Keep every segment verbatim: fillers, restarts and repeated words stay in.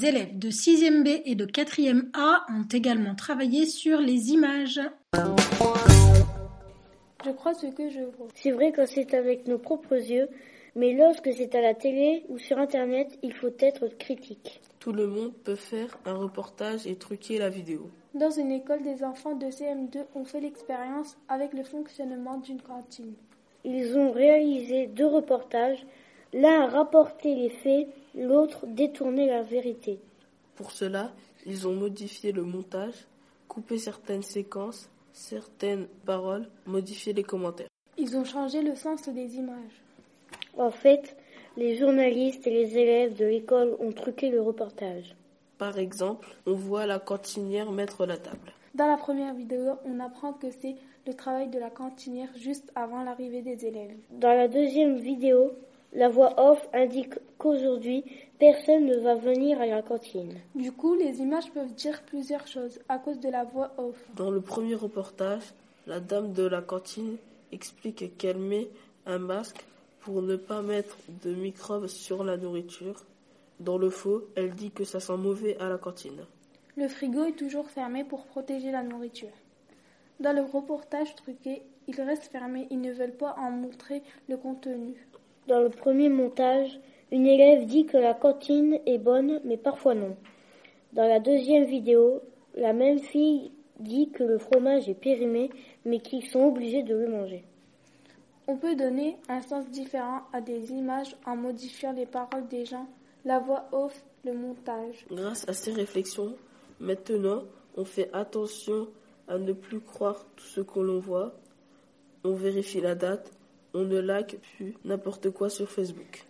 les élèves de sixième B et de quatrième A ont également travaillé sur les images. Je crois ce que je vois. C'est vrai quand c'est avec nos propres yeux, mais lorsque c'est à la télé ou sur Internet, il faut être critique. Tout le monde peut faire un reportage et truquer la vidéo. Dans une école, des enfants de C M deux ont fait l'expérience avec le fonctionnement d'une cantine. Ils ont réalisé deux reportages. L'un a rapporté les faits, l'autre détourné la vérité. Pour cela, ils ont modifié le montage, coupé certaines séquences, certaines paroles, modifié les commentaires. Ils ont changé le sens des images. En fait, les journalistes et les élèves de l'école ont truqué le reportage. Par exemple, on voit la cantinière mettre la table. Dans la première vidéo, on apprend que c'est le travail de la cantinière juste avant l'arrivée des élèves. Dans la deuxième vidéo, la voix off indique qu'aujourd'hui, personne ne va venir à la cantine. Du coup, les images peuvent dire plusieurs choses à cause de la voix off. Dans le premier reportage, la dame de la cantine explique qu'elle met un masque pour ne pas mettre de microbes sur la nourriture. Dans le faux, elle dit que ça sent mauvais à la cantine. Le frigo est toujours fermé pour protéger la nourriture. Dans le reportage truqué, il reste fermé, ils ne veulent pas en montrer le contenu. Dans le premier montage, une élève dit que la cantine est bonne, mais parfois non. Dans la deuxième vidéo, la même fille dit que le fromage est périmé, mais qu'ils sont obligés de le manger. On peut donner un sens différent à des images en modifiant les paroles des gens, la voix off, le montage. Grâce à ces réflexions, maintenant, on fait attention à ne plus croire tout ce que l'on voit. On vérifie la date. On ne like plus n'importe quoi sur Facebook.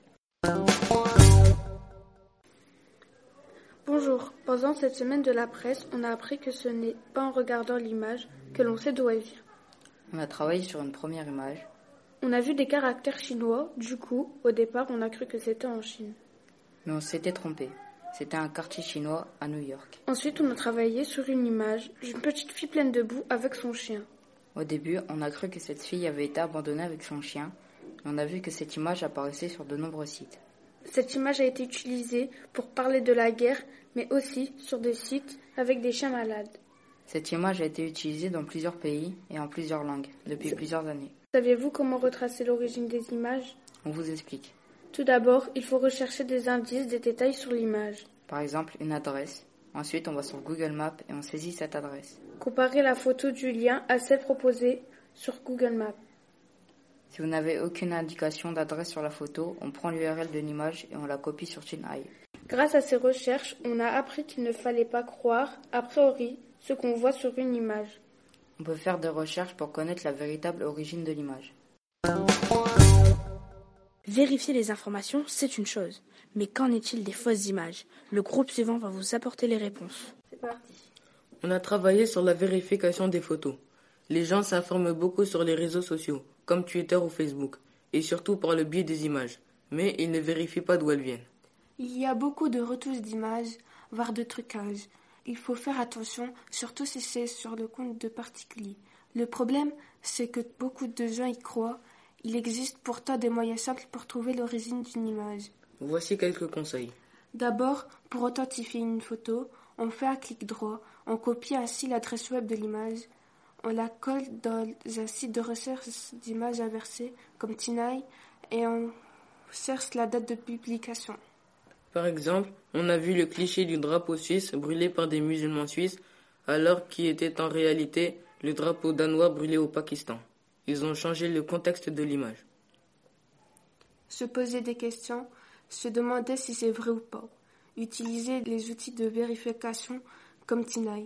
Bonjour. Pendant cette semaine de la presse, on a appris que ce n'est pas en regardant l'image que l'on sait d'où elle vient. On a travaillé sur une première image. On a vu des caractères chinois. Du coup, au départ, on a cru que c'était en Chine. Mais on s'était trompé. C'était un quartier chinois à New York. Ensuite, on a travaillé sur une image d'une petite fille pleine de boue avec son chien. Au début, on a cru que cette fille avait été abandonnée avec son chien, et on a vu que cette image apparaissait sur de nombreux sites. Cette image a été utilisée pour parler de la guerre, mais aussi sur des sites avec des chiens malades. Cette image a été utilisée dans plusieurs pays et en plusieurs langues, depuis plusieurs années. Saviez-vous comment retracer l'origine des images ? On vous explique. Tout d'abord, il faut rechercher des indices, des détails sur l'image. Par exemple, une adresse. Ensuite, on va sur Google Maps et on saisit cette adresse. Comparez la photo du lien à celle proposée sur Google Maps. Si vous n'avez aucune indication d'adresse sur la photo, on prend l'U R L de l'image et on la copie sur TinEye. Grâce à ces recherches, on a appris qu'il ne fallait pas croire, a priori, ce qu'on voit sur une image. On peut faire des recherches pour connaître la véritable origine de l'image. Vérifier les informations, c'est une chose. Mais qu'en est-il des fausses images ? Le groupe suivant va vous apporter les réponses. C'est parti. On a travaillé sur la vérification des photos. Les gens s'informent beaucoup sur les réseaux sociaux, comme Twitter ou Facebook, et surtout par le biais des images. Mais ils ne vérifient pas d'où elles viennent. Il y a beaucoup de retouches d'images, voire de trucage. Il faut faire attention, surtout si c'est sur le compte de particuliers. Le problème, c'est que beaucoup de gens y croient. Il existe pourtant des moyens simples pour trouver l'origine d'une image. Voici quelques conseils. D'abord, pour authentifier une photo, on fait un clic droit, on copie ainsi l'adresse web de l'image, on la colle dans un site de recherche d'images inversées comme TinEye et on cherche la date de publication. Par exemple, on a vu le cliché du drapeau suisse brûlé par des musulmans suisses, alors qu'il était en réalité le drapeau danois brûlé au Pakistan. Ils ont changé le contexte de l'image. Se poser des questions, se demander si c'est vrai ou pas. Utiliser les outils de vérification comme TinEye.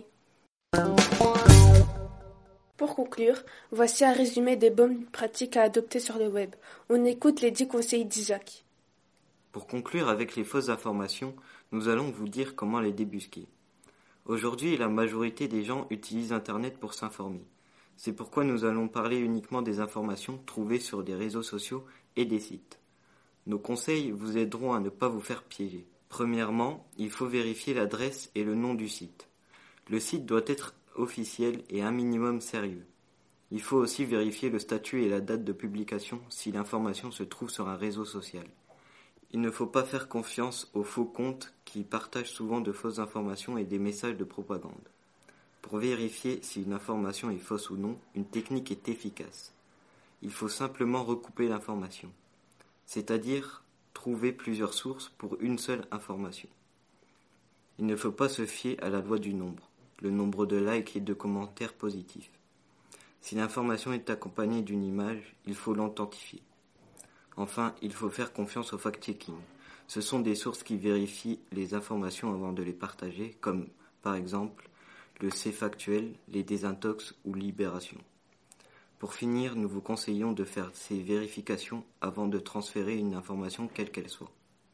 Pour conclure, voici un résumé des bonnes pratiques à adopter sur le web. On écoute les dix conseils d'Isaac. Pour conclure avec les fausses informations, nous allons vous dire comment les débusquer. Aujourd'hui, la majorité des gens utilisent Internet pour s'informer. C'est pourquoi nous allons parler uniquement des informations trouvées sur des réseaux sociaux et des sites. Nos conseils vous aideront à ne pas vous faire piéger. Premièrement, il faut vérifier l'adresse et le nom du site. Le site doit être officiel et un minimum sérieux. Il faut aussi vérifier le statut et la date de publication si l'information se trouve sur un réseau social. Il ne faut pas faire confiance aux faux comptes qui partagent souvent de fausses informations et des messages de propagande. Pour vérifier si une information est fausse ou non, une technique est efficace. Il faut simplement recouper l'information, c'est-à-dire trouver plusieurs sources pour une seule information. Il ne faut pas se fier à la loi du nombre, le nombre de likes et de commentaires positifs. Si l'information est accompagnée d'une image, il faut l'authentifier. Enfin, il faut faire confiance au fact-checking. Ce sont des sources qui vérifient les informations avant de les partager, comme par exemple le C'est Factuel, les Désintox ou Libération. Pour finir, nous vous conseillons de faire ces vérifications avant de transférer une information quelle qu'elle soit.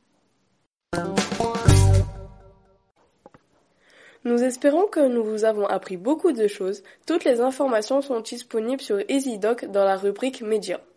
Nous espérons que nous vous avons appris beaucoup de choses. Toutes les informations sont disponibles sur EasyDoc dans la rubrique Médias.